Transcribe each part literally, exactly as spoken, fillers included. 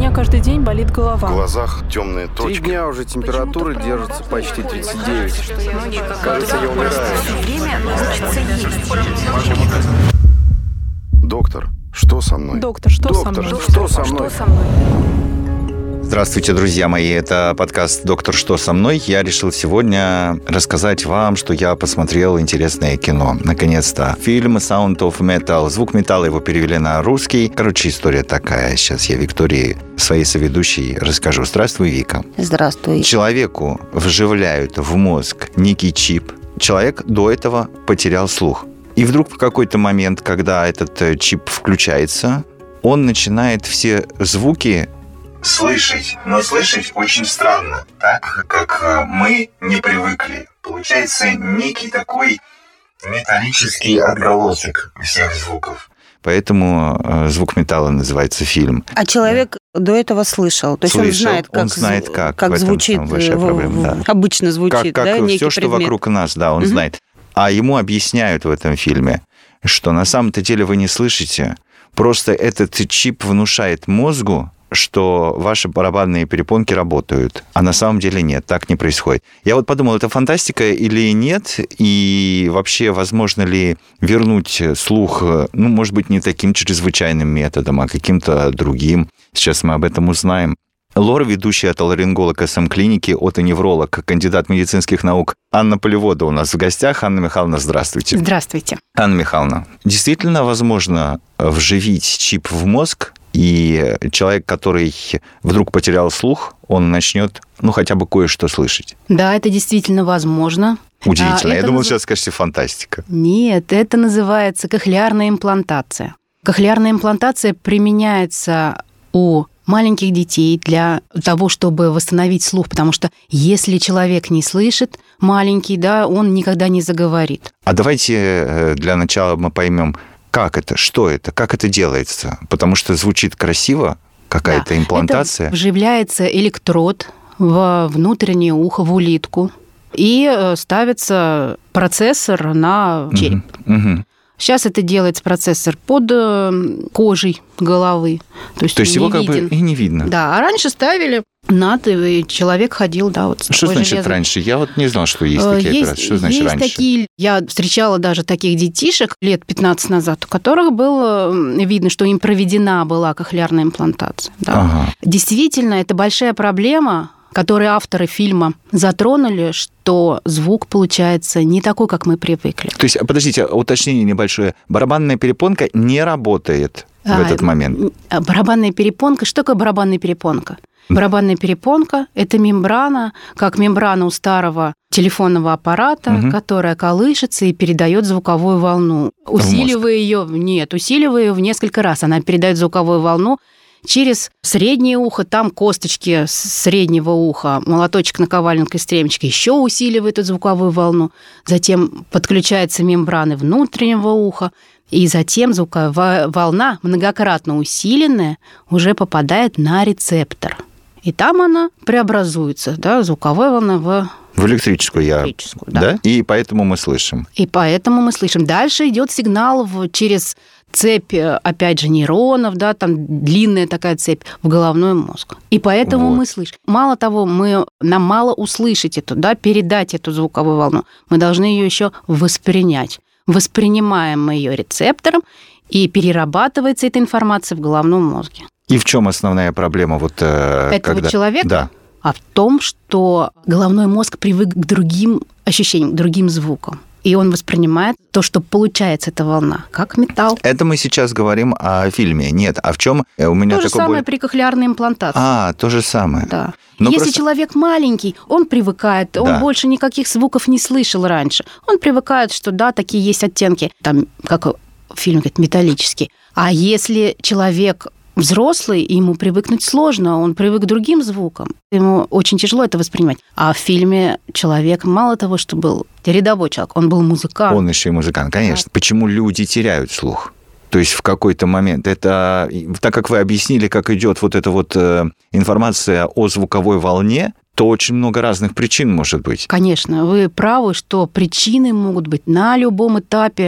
меня каждый день болит голова. В глазах темные точки. Три дня уже температура держится почти тридцать девять. Кажется, я умираю. Доктор, что со мной? Доктор, что Доктор, со мной? что со мной? Что со мной? Здравствуйте, друзья мои. Это подкаст «Доктор, что со мной?». Я решил сегодня рассказать вам, что я посмотрел интересное кино. Наконец-то. Фильм «Sound of Metal». «Звук металла» его перевели на русский. Короче, история такая. Сейчас я Виктории, своей соведущей, расскажу. Здравствуй, Вика. Здравствуй. Человеку вживляют в мозг некий чип. Человек до этого потерял слух. И вдруг в какой-то момент, когда этот чип включается, он начинает все звуки слышать, но слышать очень странно, так как мы не привыкли. Получается некий такой металлический отголосок всех звуков. Поэтому э, «Звук металла» называется фильм. А человек да. до этого слышал, то есть слышал, он знает, как, он знает, как, как звучит, большая проблема, да. обычно звучит, как, да, как некий все, что предмет. вокруг нас, да, он угу. знает. А ему объясняют в этом фильме, что на самом-то деле вы не слышите, просто этот чип внушает мозгу, что ваши барабанные перепонки работают, а на самом деле нет, так не происходит. Я вот подумал, это фантастика или нет, и вообще возможно ли вернуть слух, ну, может быть, не таким чрезвычайным методом, а каким-то другим. Сейчас мы об этом узнаем. Лора, ведущая отоларинголог эс эм-клиники, отоневролог, кандидат медицинских наук Анна Полевода у нас в гостях. Анна Михайловна, здравствуйте. Здравствуйте. Анна Михайловна, действительно возможно вживить чип в мозг, и человек, который вдруг потерял слух, он начнет, ну, хотя бы кое-что слышать? Да, это действительно возможно. Удивительно. А, Я думал, наз... сейчас скажете фантастика. Нет, это называется кохлеарная имплантация. Кохлеарная имплантация применяется у маленьких детей для того, чтобы восстановить слух, потому что если человек не слышит, маленький, да, он никогда не заговорит. А давайте для начала мы поймем, как это, что это, как это делается, потому что звучит красиво, какая-то да, имплантация. Это вживляется электрод в внутреннее ухо, в улитку, и ставится процессор на череп. Угу, угу. Сейчас это делается процессор под кожей головы. То есть, То есть его как виден. бы и не видно. Да, а раньше ставили над, и человек ходил, да, вот с Что значит железной... раньше? Я вот не знал, что есть такие есть, операции. Что значит есть раньше? Такие, я встречала даже таких детишек лет пятнадцать назад, у которых было видно, что им проведена была кохлеарная имплантация. Да. Ага. Действительно, это большая проблема, которые авторы фильма затронули, что звук получается не такой, как мы привыкли. То есть, подождите, уточнение небольшое. Барабанная перепонка не работает в а, этот момент? Барабанная перепонка. Что такое барабанная перепонка? Барабанная перепонка – это мембрана, как мембрана у старого телефонного аппарата, угу. которая колышется и передает звуковую волну. Усиливая ее, нет, усиливая ее в несколько раз. Она передает звуковую волну через среднее ухо, там косточки среднего уха, молоточек наковальненькой стремечки еще усиливает эту звуковую волну, затем подключаются мембраны внутреннего уха, и затем звуковая волна, многократно усиленная, уже попадает на рецептор. И там она преобразуется, да, звуковая волна в... В электрическую, я... электрическую, да. да. И поэтому мы слышим. И поэтому мы слышим. Дальше идет сигнал в, через цепь, опять же, нейронов, да, там длинная такая цепь в головной мозг. И поэтому вот. мы слышим. Мало того, мы, нам мало услышать эту, да, передать эту звуковую волну. Мы должны ее еще воспринять. Воспринимаем мы ее рецептором, и перерабатывается эта информация в головном мозге. И в чем основная проблема? Вот, э, этого когда... человека? Да. А в том, что головной мозг привык к другим ощущениям, к другим звукам. И он воспринимает то, что получается эта волна, как металл. Это мы сейчас говорим о фильме. Нет, а в чем у меня то такое... же самое более... при кохлеарной имплантации. А, то же самое. Да. Но Если просто... человек маленький, он привыкает, он да. больше никаких звуков не слышал раньше. Он привыкает, что да, такие есть оттенки, там, как фильм говорит, металлический. А если человек взрослый, ему привыкнуть сложно, он привык к другим звукам. Ему очень тяжело это воспринимать. А в фильме человек мало того, что был рядовой человек, он был музыкант. Он еще и музыкант, конечно. Да. Почему люди теряют слух? То есть в какой-то момент это, так как вы объяснили, как идет вот эта вот информация о звуковой волне, то очень много разных причин может быть. Конечно, вы правы, что причины могут быть на любом этапе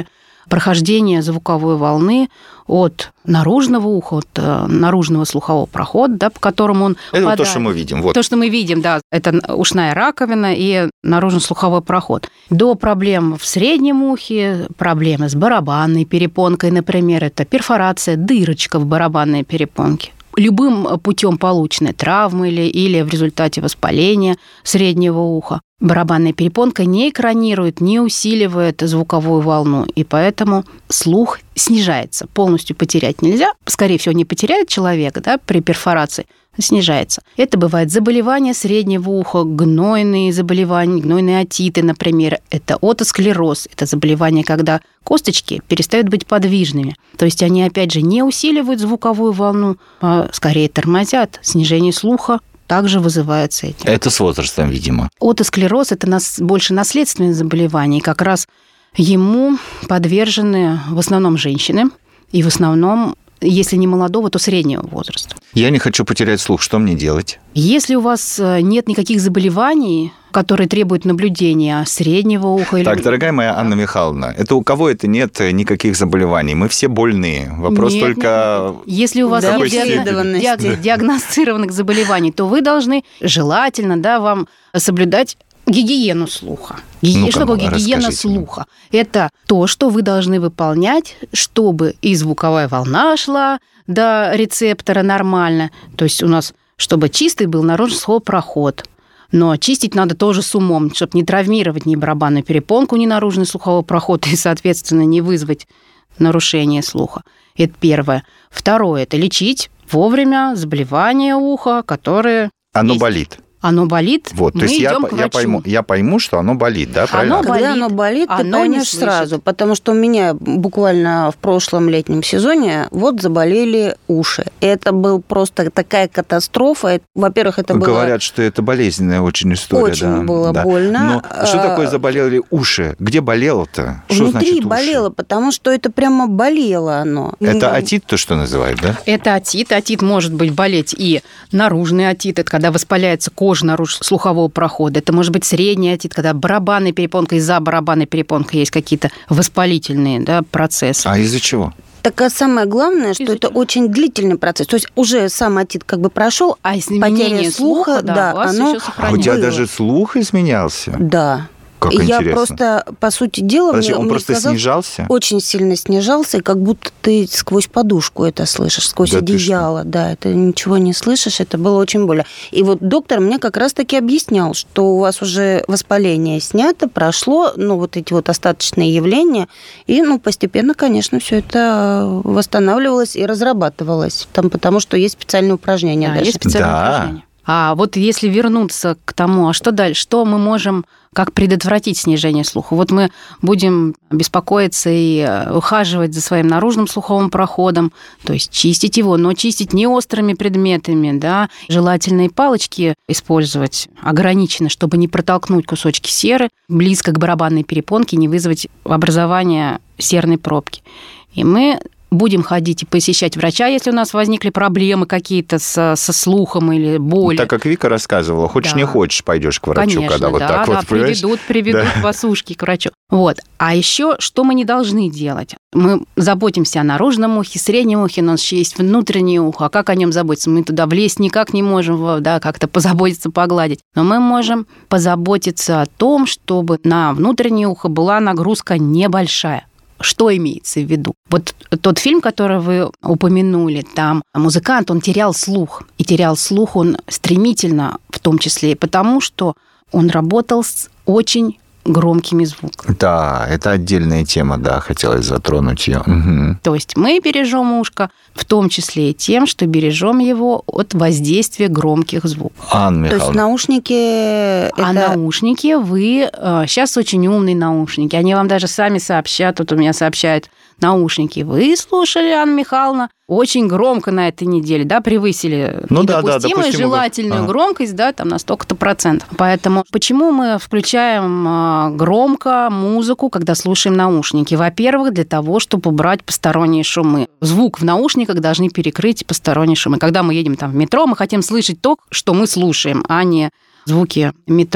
прохождение звуковой волны от наружного уха, от э, наружного слухового прохода, да, по которому он Это попадает. вот то, что мы видим. Вот. То, что мы видим, да, это ушная раковина и наружно-слуховой проход. До проблем в среднем ухе, проблемы с барабанной перепонкой, например, это перфорация, дырочка в барабанной перепонке. Любым путем полученной травмы или, или в результате воспаления среднего уха. Барабанная перепонка не экранирует, не усиливает звуковую волну, и поэтому слух снижается. Полностью потерять нельзя. Скорее всего, не потеряет человек, да, при перфорации, снижается. Это бывает заболевания среднего уха, гнойные заболевания, гнойные отиты, например. Это отосклероз. Это заболевание, когда косточки перестают быть подвижными. То есть они, опять же, не усиливают звуковую волну, а скорее тормозят. Снижение слуха также вызывается этим. Это с возрастом, видимо. Отосклероз – это нас, больше наследственное заболевание. И как раз ему подвержены в основном женщины. И в основном, если не молодого, то среднего возраста. Я не хочу потерять слух. Что мне делать? Если у вас нет никаких заболеваний, которые требуют наблюдения среднего уха... Или... Так, дорогая моя Анна Михайловна, это у кого это нет никаких заболеваний? Мы все больные. Вопрос нет, только... Нет. Если у вас да, нет диагноз... диагноз... диагностированных заболеваний, то вы должны желательно, да, вам соблюдать гигиену слуха. Ги... Ну-ка, что такое гигиена расскажите. слуха? Это то, что вы должны выполнять, чтобы и звуковая волна шла до рецептора нормально. То есть у нас, чтобы чистый был наружно-слуховой проход. Но чистить надо тоже с умом, чтобы не травмировать ни барабанную перепонку, ни наружный слуховой проход, и, соответственно, не вызвать нарушение слуха. Это первое. Второе – это лечить вовремя заболевания уха, которые... Оно есть. болит. Оно болит, Вот, мы то есть я, идем к я, врачу. пойму, я пойму, что оно болит, да, правильно? Оно Когда болит, оно болит, ты оно поймешь не слышит. сразу, потому что у меня буквально в прошлом летнем сезоне вот заболели уши. Это был просто такая катастрофа. Во-первых, это было... Говорят, что это болезненная очень история. Очень да, было да. больно. Но что такое заболели уши? Где болело-то? Что Внутри значит уши? болело, потому что это прямо болело оно. Это отит, то, что называют, да? Это отит. Отит может быть болеть и наружный отит, это когда воспаляется кожа наружно-слухового прохода. Это может быть средний отит, когда барабанная перепонка и за барабанной перепонкой есть какие-то воспалительные, да, процессы. А из-за чего? Так а самое главное, что Из-за это чего? очень длительный процесс. То есть уже сам отит как бы прошел, А изменение слуха, слуха, да, да, у вас оно- еще А у сохраняется. тебя было. даже слух изменялся? да. Как И я интересно. просто, по сути дела, Подожди, мне, он мне просто казалось, снижался? очень сильно снижался, и как будто ты сквозь подушку это слышишь, сквозь Да ты одеяло. Да, это ничего не слышишь, это было очень больно. И вот доктор мне как раз-таки объяснял, что у вас уже воспаление снято, прошло, ну, вот эти вот остаточные явления, и, ну, постепенно, конечно, все это восстанавливалось и разрабатывалось, там, потому что есть специальные упражнения Да, даже. есть специальные Да. упражнения. А вот если вернуться к тому, а что дальше? Что мы можем, как предотвратить снижение слуха? Вот мы будем беспокоиться и ухаживать за своим наружным слуховым проходом, то есть чистить его, но чистить не острыми предметами, да, желательно и палочки использовать ограниченно, чтобы не протолкнуть кусочки серы близко к барабанной перепонке, не вызвать образование серной пробки. И мы будем ходить и посещать врача, если у нас возникли проблемы какие-то со, со слухом или боли. Так как Вика рассказывала, хочешь Да. не хочешь, пойдешь к врачу, Конечно, когда вот да, так да, вот, понимаешь? приведут, приведут Да. вас ушки к врачу. Вот. А еще что мы не должны делать? Мы заботимся о наружном ухе, среднем ухе, у нас еще есть внутреннее ухо. А как о нем заботиться? Мы туда влезть никак не можем, да, как-то позаботиться, погладить. Но мы можем позаботиться о том, чтобы на внутреннее ухо была нагрузка небольшая. Что имеется в виду? Вот тот фильм, который вы упомянули, там музыкант, он терял слух. И терял слух он стремительно, в том числе и потому, что он работал с очень громкими звуками. Да, это отдельная тема, да, хотелось затронуть ее. Угу. То есть мы бережем ушко, в том числе и тем, что бережем его от воздействия громких звуков. Анна То есть Михайловна, наушники... А это... наушники вы... Сейчас очень умные наушники. Они вам даже сами сообщат. Тут у меня сообщают наушники. Вы слушали, Анна Михайловна, очень громко на этой неделе, да, превысили Ну да, да, недопустимую допустимую желательную ага. громкость, да, там на столько-то процентов. Поэтому почему мы включаем а, громко музыку, когда слушаем наушники? Во-первых, для того, чтобы убрать посторонние шумы. Звук в наушниках должны перекрыть посторонние шумы. Когда мы едем там в метро, мы хотим слышать то, что мы слушаем, а не звуки метро.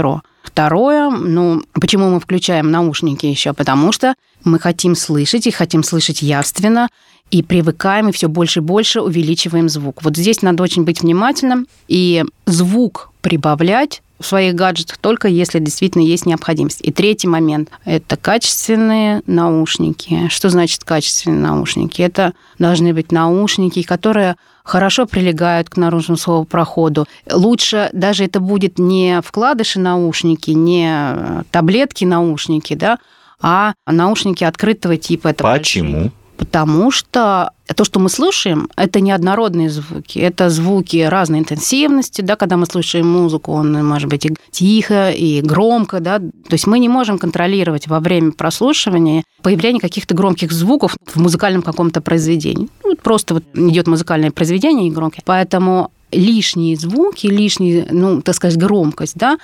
Второе, ну, почему мы включаем наушники еще? Потому что мы хотим слышать и хотим слышать явственно, и привыкаем, и все больше и больше увеличиваем звук. Вот здесь надо очень быть внимательным, и звук прибавлять в своих гаджетах только если действительно есть необходимость. И третий момент – это качественные наушники. Что значит качественные наушники? Это должны быть наушники, которые хорошо прилегают к наружному словопроходу. Лучше даже это будет не вкладыши наушники, не таблетки наушники, да, а наушники открытого типа. Это Почему? Большие. Потому что то, что мы слушаем, это неоднородные звуки. Это звуки разной интенсивности, да, когда мы слушаем музыку, он может быть и тихо, и громко, да. То есть мы не можем контролировать во время прослушивания появление каких-то громких звуков в музыкальном каком-то произведении. Ну, просто вот идет музыкальное произведение и громкое. Поэтому лишние звуки, лишняя, ну, так сказать, громкость, да,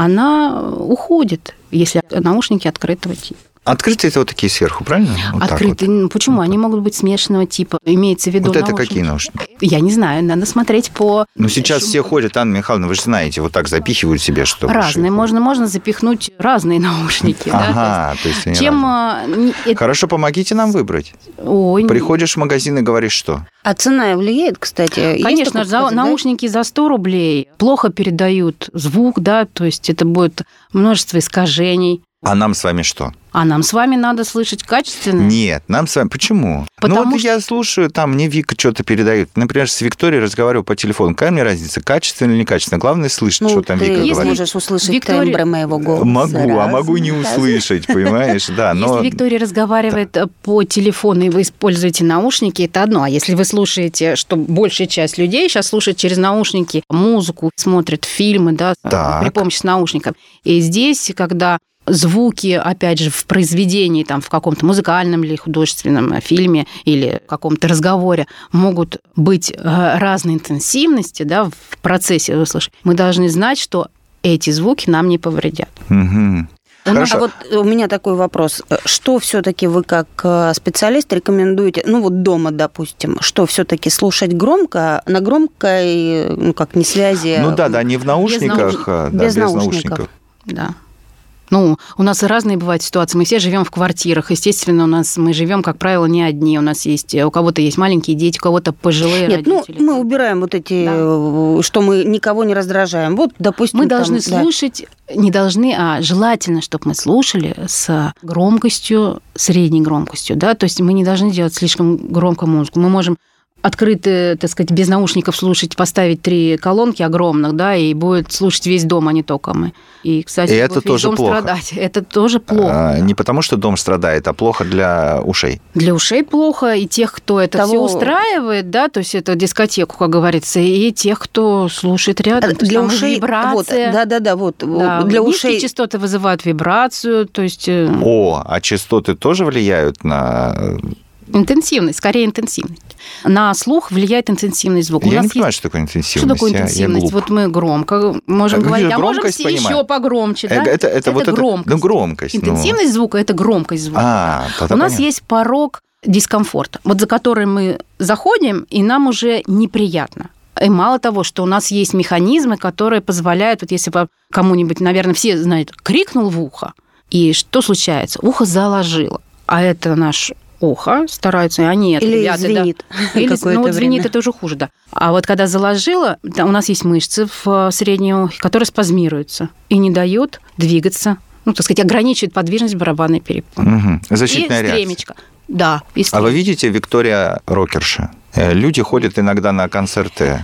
она уходит, если наушники открытого типа. Открытые это вот такие сверху, правильно? Вот открытые. Вот. Почему? Вот. Они могут быть смешанного типа. Имеется в виду вот это наушники. Какие наушники? Я не знаю, надо смотреть по... Ну, сейчас все ходят, Анна Михайловна, вы же знаете, вот так запихивают себе, что... Разные. Можно, можно запихнуть разные наушники. Ага, да? то есть, то есть чем... это... Хорошо, помогите нам выбрать. Ой, приходишь в магазин и говоришь, что? А цена влияет, кстати? Конечно, за, сказать, наушники да? за сто рублей плохо передают звук, да, то есть это будет множество искажений. А нам с вами что? А нам с вами надо слышать качественно? Нет, нам с вами... Почему? Потому ну вот что... я слушаю, там мне Вика что-то передает. Например, с Викторией разговариваю по телефону. Какая мне разница, качественно или некачественно? Главное слышать, ну, что там Вика говорит. Ты можешь услышать Виктория... тембры моего голоса. Могу, раз, а могу не раз. услышать, понимаешь? Да, но... Если Виктория разговаривает да. по телефону, и вы используете наушники, это одно. А если вы слушаете, что большая часть людей сейчас слушает через наушники музыку, смотрят фильмы, да, так. при помощи наушников. И здесь, когда... звуки, опять же, в произведении, там, в каком-то музыкальном или художественном фильме или каком-то разговоре могут быть разной интенсивности, да, в процессе услышать. Мы должны знать, что эти звуки нам не повредят. Угу. А вот у меня такой вопрос. Что все-таки вы как специалист рекомендуете, ну вот дома, допустим, что все-таки слушать громко, на громкой, ну как не связи? Ну да, да, не в наушниках, без, да, без, без наушников. наушников. Да. Ну, у нас разные бывают ситуации. Мы все живем в квартирах. Естественно, у нас мы живем, как правило, не одни. У нас есть, у кого-то есть маленькие дети, у кого-то пожилые Нет, родители. Ну, мы убираем вот эти, да. что мы никого не раздражаем. Вот, допустим, мы там, должны да. слушать, не должны, а желательно, чтобы мы слушали с громкостью, средней громкостью, да. То есть мы не должны делать слишком громко музыку. Мы можем открыто, так сказать, без наушников слушать, поставить три колонки огромных, да, и будет слушать весь дом, а не только мы. И, кстати, и это весь тоже дом плохо. страдать. Это тоже плохо. А, не потому, что дом страдает, а плохо для ушей. Для ушей плохо, и тех, кто это Того... все устраивает, да, то есть это дискотеку, как говорится, и тех, кто слушает рядом. А для ушей вибрация. Вот, да, да, да, вот. Да, для низкие ушей частоты вызывают вибрацию, то есть... О, а частоты тоже влияют на... Интенсивность, скорее интенсивность. На слух влияет интенсивность звука. Я У нас не понимаю, есть... что такое интенсивность. Что такое интенсивность? Я, я вот мы громко можем а говорить, а можем понимаю. еще погромче. Да? Это, это, это, вот громкость. Это, ну, громкость. Интенсивность ну. звука – это громкость звука. А, У нас понятно. есть порог дискомфорта, вот за который мы заходим, и нам уже неприятно. И мало того, что у нас есть механизмы, которые позволяют, вот если бы кому-нибудь, наверное, все знают, крикнул в ухо, и что случается? Ухо заложило, а это наш... ухо стараются, а нет, или ребята, звенит да. Или, какое-то ну, вот звенит, время. это уже хуже, да. А вот когда заложило, да, у нас есть мышцы в среднем ухе, которые спазмируются и не дают двигаться, ну, так сказать, ограничивают подвижность барабанной перепонки. Угу. Защитная и реакция. стремечко. Да, и А вы видите, Виктория рокерша. Люди ходят иногда на концерты,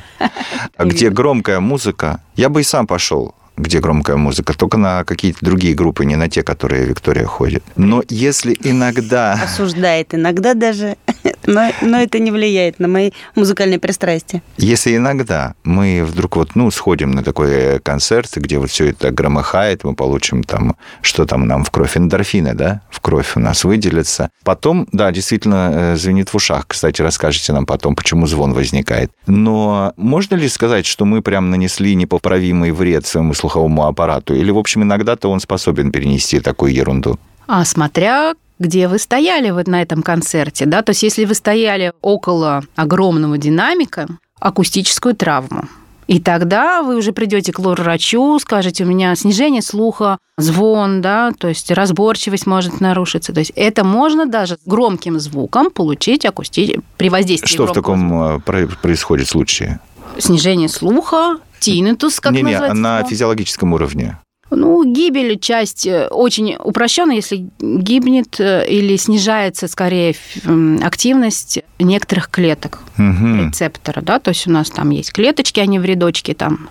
где громкая музыка. Я бы и сам пошел, где громкая музыка, только на какие-то другие группы, не на те, которые Виктория ходит. Но если иногда... Осуждает иногда даже, но, но это не влияет на мои музыкальные пристрастия. Если иногда мы вдруг вот, ну, сходим на такой концерт, где вот все это громыхает, мы получим там, что там нам в кровь, эндорфины, да, в кровь у нас выделятся. Потом, да, действительно звенит в ушах. Кстати, расскажете нам потом, почему звон возникает. Но можно ли сказать, что мы прям нанесли непоправимый вред своему слуховому аппарату? Или, в общем, иногда-то он способен перенести такую ерунду? А смотря где вы стояли вот на этом концерте, да, то есть если вы стояли около огромного динамика, акустическую травму И тогда вы уже придете к лор-врачу, скажете, у меня снижение слуха, звон, да, то есть разборчивость может нарушиться. То есть это можно даже с громким звуком получить акустически при воздействии. Что в таком звука. происходит случае? Снижение слуха, тиннитус, как не, называется. Не, на физиологическом уровне. Ну, гибель, часть очень упрощенная, если гибнет или снижается, скорее, активность некоторых клеток угу. рецептора, да, то есть у нас там есть клеточки, а не в рядочке там.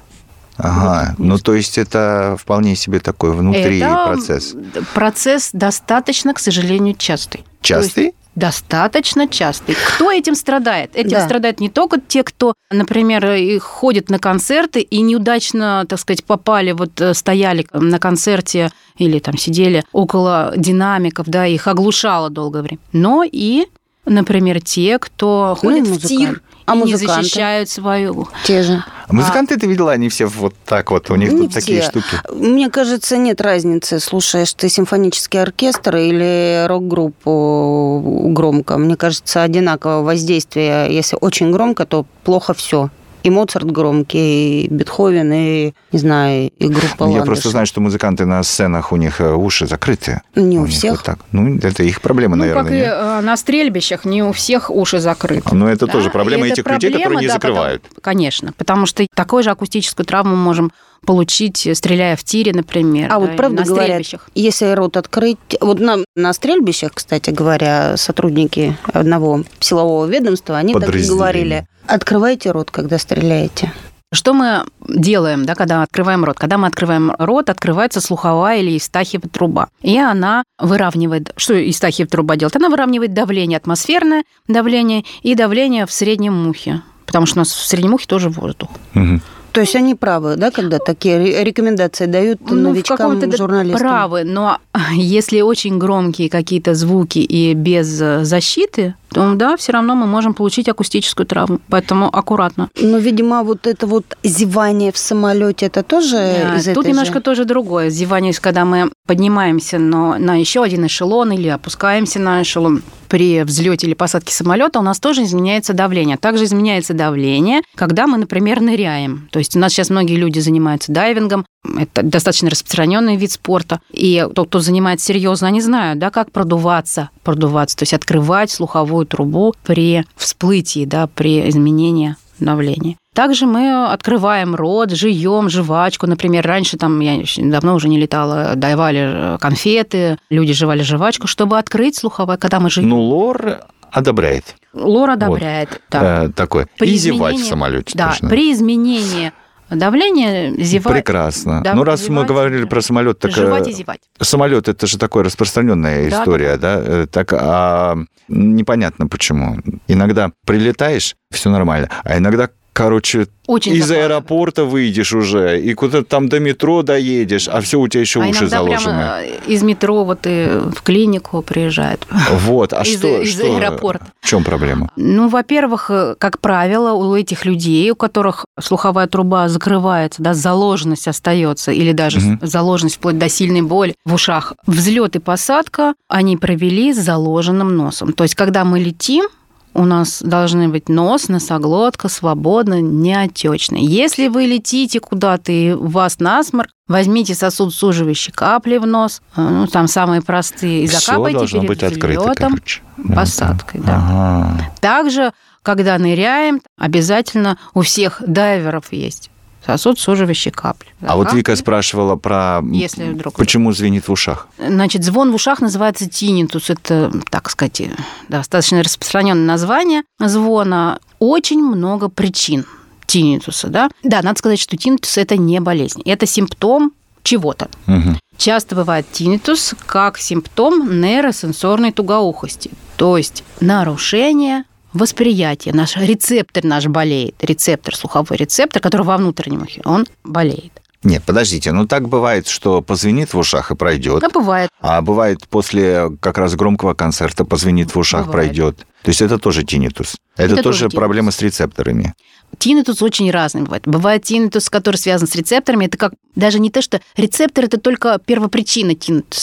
Ага, вот. Ну, то есть это вполне себе такой внутри это процесс. Процесс достаточно, к сожалению, частый. Частый? Достаточно частый. Кто этим страдает? Этим да. страдают не только те, кто, например, ходит на концерты и неудачно, так сказать, попали, вот стояли на концерте или там сидели около динамиков, да, их оглушало долгое время, но и, например, те, кто ну, ходит в тир а и музыканты? Не защищают свою... Те же. Музыканты, а... ты видела, они все вот так вот, у них не тут все. Такие штуки. Мне кажется, нет разницы, слушаешь ты симфонический оркестр или рок-группу громко. Мне кажется, одинаковое воздействие. Если очень громко, то плохо все. И Моцарт громкий, и Бетховен, и, не знаю, и группа Ландыш. Я просто знаю, что музыканты на сценах, у них уши закрыты. Не у, у всех. Вот так. Ну, это их проблема, ну, наверное. как нет? И на стрельбищах не у всех уши закрыты. Но это да? тоже проблема это этих проблема, людей, которые не да, закрывают. Потому, конечно, потому что такую же акустическую травму можем получить, стреляя в тире, например. А да, вот правда на говорят, если рот открыть... Вот на, на стрельбищах, кстати говоря, сотрудники одного силового ведомства, они так и говорили. Открывайте рот, когда стреляете. Что мы делаем, да, когда открываем рот? Когда мы открываем рот, открывается слуховая или эустахиевая труба. И она выравнивает... Что эустахиевая труба делает? Она выравнивает давление, атмосферное давление и давление в среднем ухе. Потому что у нас в среднем ухе тоже воздух. Угу. То есть они правы, да, когда такие рекомендации дают ну, новичкам, журналистам? Правы, но если очень громкие какие-то звуки и без защиты, то, да, все равно мы можем получить акустическую травму. Поэтому аккуратно. Но, видимо, вот это вот зевание в самолете, это тоже да, из этой Тут немножко же... тоже другое. Зевание, когда мы поднимаемся на, на еще один эшелон или опускаемся на эшелон. При взлете или посадке самолета у нас тоже изменяется давление. Также изменяется давление, когда мы, например, ныряем. То есть у нас сейчас многие люди занимаются дайвингом. Это достаточно распространенный вид спорта. И тот, кто занимается серьезно, они знают, да, как продуваться. Продуваться, то есть открывать слуховую трубу при всплытии, да, при изменении давления. Также мы открываем рот, жуем жвачку. Например, раньше, там, я давно уже не летала, давали конфеты, люди жевали жвачку, чтобы открыть слуховое, когда мы жуем. Ну, лор одобряет. Лор одобряет, вот. Да. Э, такое. При и изменении... зевать в самолете. Да, точно. При изменении давление, зевать. Прекрасно. Да, ну, раз зевать, мы говорили про самолет, так... Жевать и зевать. Самолет это же такая распространенная да, история, да? да? Так, а непонятно почему. Иногда прилетаешь, все нормально, а иногда, короче, очень из западно. аэропорта выйдешь уже, и куда-то там до метро доедешь, а все у тебя еще а уши заложены. Прямо из метро вот и в клинику приезжают. Вот, а из, что? Из что? аэропорта. В чем проблема? Ну, во-первых, как правило, у этих людей, у которых слуховая труба закрывается, да, заложенность остается, или даже угу. заложенность вплоть до сильной боли в ушах, взлет и посадка они провели с заложенным носом. То есть, когда мы летим, у нас должны быть нос, носоглотка свободно, неотечный. Если вы летите куда-то и у вас насморк, возьмите сосудосуживающие капли в нос, ну, там самые простые, и закапайте перед быть взлетом, открыто, посадкой. Это... Да. Ага. Также, когда ныряем, обязательно у всех дайверов есть сосудосуживающие капли. А капли, вот Вика спрашивала про если вдруг почему звенит в ушах. Значит, звон в ушах называется тиннитус. Это, так сказать, достаточно распространенное название звона. Очень много причин тиннитуса. Да? да, надо сказать, что тиннитус – это не болезнь. Это симптом чего-то. Угу. Часто бывает тиннитус как симптом нейросенсорной тугоухости. То есть нарушение восприятие, наш рецептор наш болеет, рецептор, слуховой рецептор, который во внутреннем ухе, он болеет. Нет, подождите, ну так бывает, что позвенит в ушах и пройдет. Да, бывает. А бывает после как раз громкого концерта позвенит в ушах, бывает. Пройдет. То есть это тоже тиннитус. Это, это тоже, тоже проблема с рецепторами. Тиннитус очень разный бывает. Бывает тиннитус, который связан с рецепторами. Это как даже не то, что рецептор – это только первопричина тиннитуса.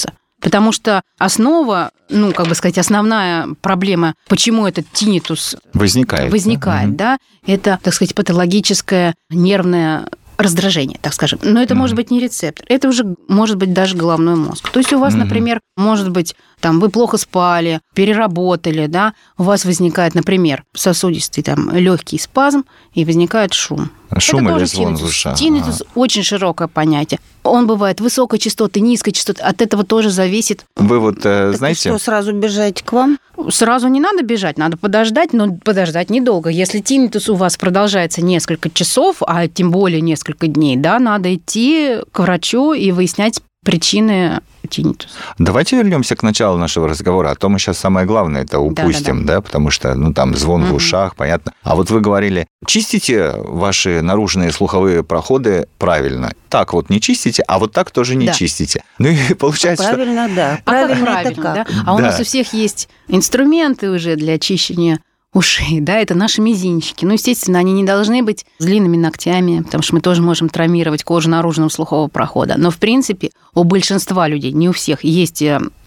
Потому что основа, ну, как бы сказать, основная проблема, почему этот тиннитус возникает, возникает, да, да, это, так сказать, патологическое нервное раздражение, так скажем. Но это mm-hmm. может быть не рецептор, это уже может быть даже головной мозг. То есть у вас, mm-hmm. например, может быть, там, вы плохо спали, переработали, да, у вас возникает, например, сосудистый там легкий спазм, и возникает шум. Шум это или звон в ушах? Тиннитус ага. очень широкое понятие. Он бывает высокой частоты, низкой частоты. От этого тоже зависит. Вы вот э, знаете... Что, сразу бежать к вам? Сразу не надо бежать, надо подождать, но подождать недолго. Если тиннитус у вас продолжается несколько часов, а тем более несколько дней, да, надо идти к врачу и выяснять причины тиннитуса. Давайте вернемся к началу нашего разговора. А то мы сейчас самое главное это упустим, да, да, да. да? Потому что, ну, там звон mm-hmm. в ушах, понятно. А вот вы говорили, чистите ваши наружные слуховые проходы правильно. Так вот не чистите, а вот так тоже не да. чистите. Ну и получается, правильно, что... да. А правильно, как правильно, как? да? А да. у нас у всех есть инструменты уже для очищения ушей, да, это наши мизинчики. Ну, естественно, они не должны быть с длинными ногтями, потому что мы тоже можем травмировать кожу наружного слухового прохода. Но, в принципе, у большинства людей, не у всех, есть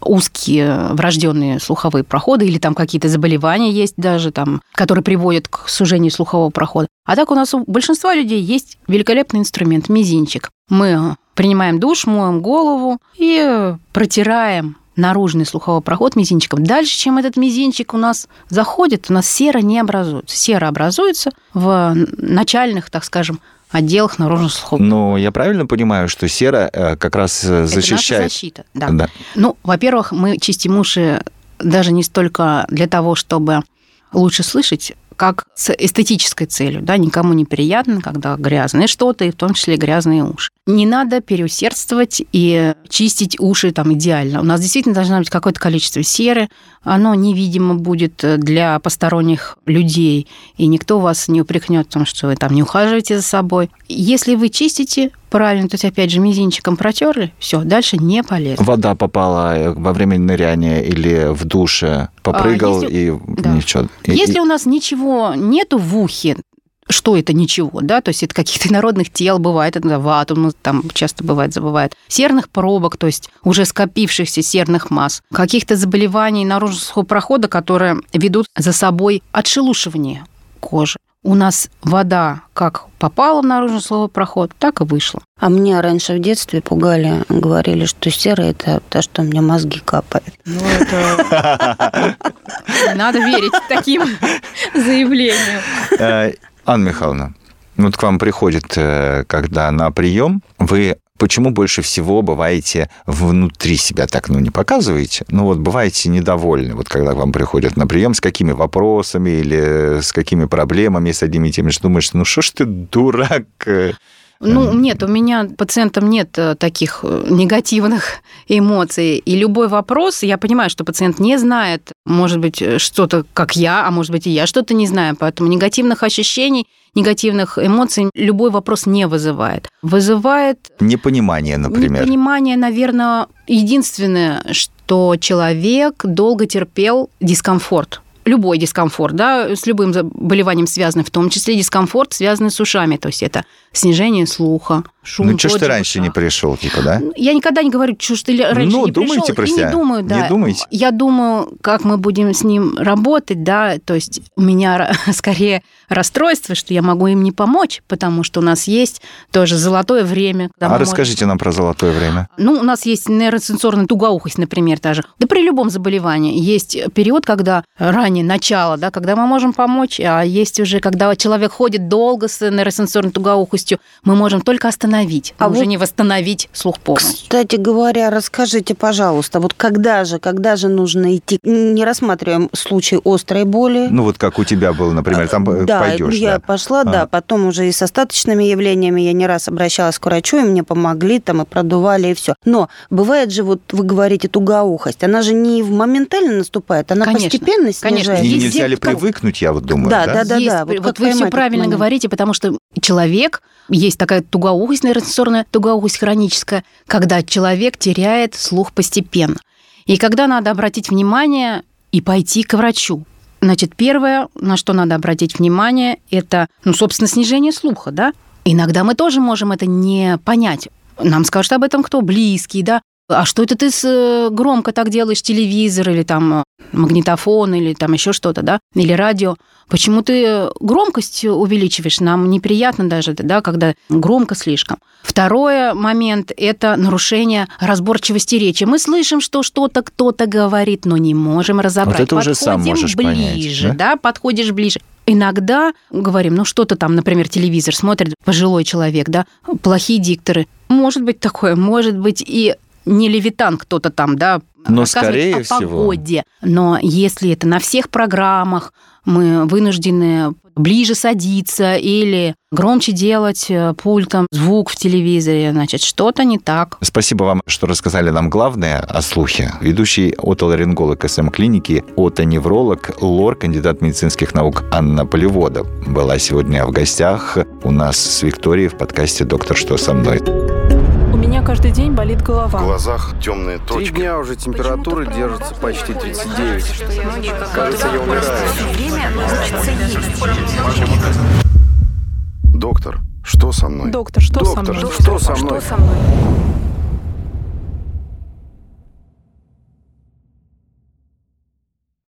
узкие врожденные слуховые проходы или там какие-то заболевания есть даже, там, которые приводят к сужению слухового прохода. А так у нас у большинства людей есть великолепный инструмент – мизинчик. Мы принимаем душ, моем голову и протираем наружный слуховой проход мизинчиком. Дальше, чем этот мизинчик у нас заходит, у нас сера не образуется. Сера образуется в начальных, так скажем, отделах наружного слухового. Но я правильно понимаю, что сера как раз защищает... Это наша защита, да. да. Ну, во-первых, мы чистим уши даже не столько для того, чтобы лучше слышать, как с эстетической целью, да, никому не приятно, когда грязное что-то, и в том числе грязные уши. Не надо переусердствовать и чистить уши там идеально. У нас действительно должно быть какое-то количество серы, оно невидимо будет для посторонних людей, и никто вас не упрекнет в том, что вы там не ухаживаете за собой. Если вы чистите правильно, то есть, опять же, мизинчиком протерли, все, дальше не полезно. Вода попала во время ныряния или в душе, попрыгал, а, если... и да. ничего. Если и... у нас ничего нету в ухе, что это ничего, да, то есть это каких-то инородных тел бывает, это вату, ну, там часто бывает, забывает, серных пробок, то есть уже скопившихся серных масс, каких-то заболеваний наружного слухового прохода, которые ведут за собой отшелушивание кожи. У нас вода как попала в наружный слуховой проход, так и вышла. А меня раньше в детстве пугали, говорили, что сера – это то, что у меня мозги капают. Ну, это... Надо верить таким заявлениям. Анна Михайловна, вот к вам приходит, когда на прием, вы почему больше всего бываете внутри себя так, ну, не показываете, но вот бываете недовольны, вот когда к вам приходят на прием, с какими вопросами или с какими проблемами, с одними и теми, что думаешь, ну что ж ты дурак? Ну, нет, у меня пациентам нет таких негативных эмоций. И любой вопрос, я понимаю, что пациент не знает, может быть, что-то, как я, а может быть, и я что-то не знаю. Поэтому негативных ощущений, негативных эмоций любой вопрос не вызывает. Вызывает... Непонимание, например. Непонимание, наверное, единственное, что человек долго терпел дискомфорт. Любой дискомфорт, да, с любым заболеванием связанным, в том числе дискомфорт, связанный с ушами. То есть это снижение слуха, шум. Ну, что ж ты раньше не пришел, типа, да? Я никогда не говорю, что ж ты раньше ну, не пришел. Ну, думаете про себя? Не думаю, да. Не думаете? Я думаю, как мы будем с ним работать, да, то есть у меня скорее расстройство, что я могу им не помочь, потому что у нас есть тоже золотое время. А расскажите можем... нам про золотое время. Ну, у нас есть нейросенсорная тугоухость, например, даже. Да при любом заболевании есть период, когда ранее начало, да, когда мы можем помочь, а есть уже, когда человек ходит долго с нейросенсорной тугоухостью, мы можем только остановить, а уже вот, не восстановить слух полностью. Кстати говоря, расскажите, пожалуйста, вот когда же, когда же нужно идти? Не рассматриваем случай острой боли. Ну, вот как у тебя было, например, там да, пойдешь. Я да, пошла, а. да, потом уже и с остаточными явлениями я не раз обращалась к врачу, и мне помогли, там, и продували, и все. Но бывает же, вот вы говорите, тугоухость, она же не моментально наступает, она конечно, постепенно снижается. И нельзя ли привыкнуть, я вот думаю, да? Да, да, да. Есть, да. Вот, вот вы все правильно говорите, потому что человек, есть такая тугоухость, нейросенсорная тугоухость хроническая, когда человек теряет слух постепенно. И когда надо обратить внимание и пойти к врачу. Значит, первое, на что надо обратить внимание, это, ну, собственно, снижение слуха, да? Иногда мы тоже можем это не понять. Нам скажут об этом кто? Близкий, да? А что это ты с, громко так делаешь телевизор или там магнитофон или там еще что-то, да, или радио? Почему ты громкость увеличиваешь? Нам неприятно даже, да, когда громко слишком. Второй момент – это нарушение разборчивости речи. Мы слышим, что что-то кто-то говорит, но не можем разобрать. Вот это уже Подходим сам можешь ближе, понять, да? да, подходишь ближе. Иногда говорим, ну что-то там, например, телевизор смотрит пожилой человек, да, плохие дикторы. Может быть такое, может быть и не Левитан кто-то там, да, но скорее о всего. погоде. Но если это на всех программах, мы вынуждены ближе садиться или громче делать пультом звук в телевизоре, значит, что-то не так. Спасибо вам, что рассказали нам главное о слухе. Ведущий отоларинголог СМ-клиники, отоневролог, лор, кандидат медицинских наук Анна Полевода была сегодня в гостях у нас с Викторией в подкасте «Доктор, что со мной?». У меня каждый день болит голова. В глазах темные Три точки. дня уже температура держится почти тридцать девять. Кажется, я умираю. Доктор, что со мной? Доктор, что со Доктор, мной? что со мной? Что со мной?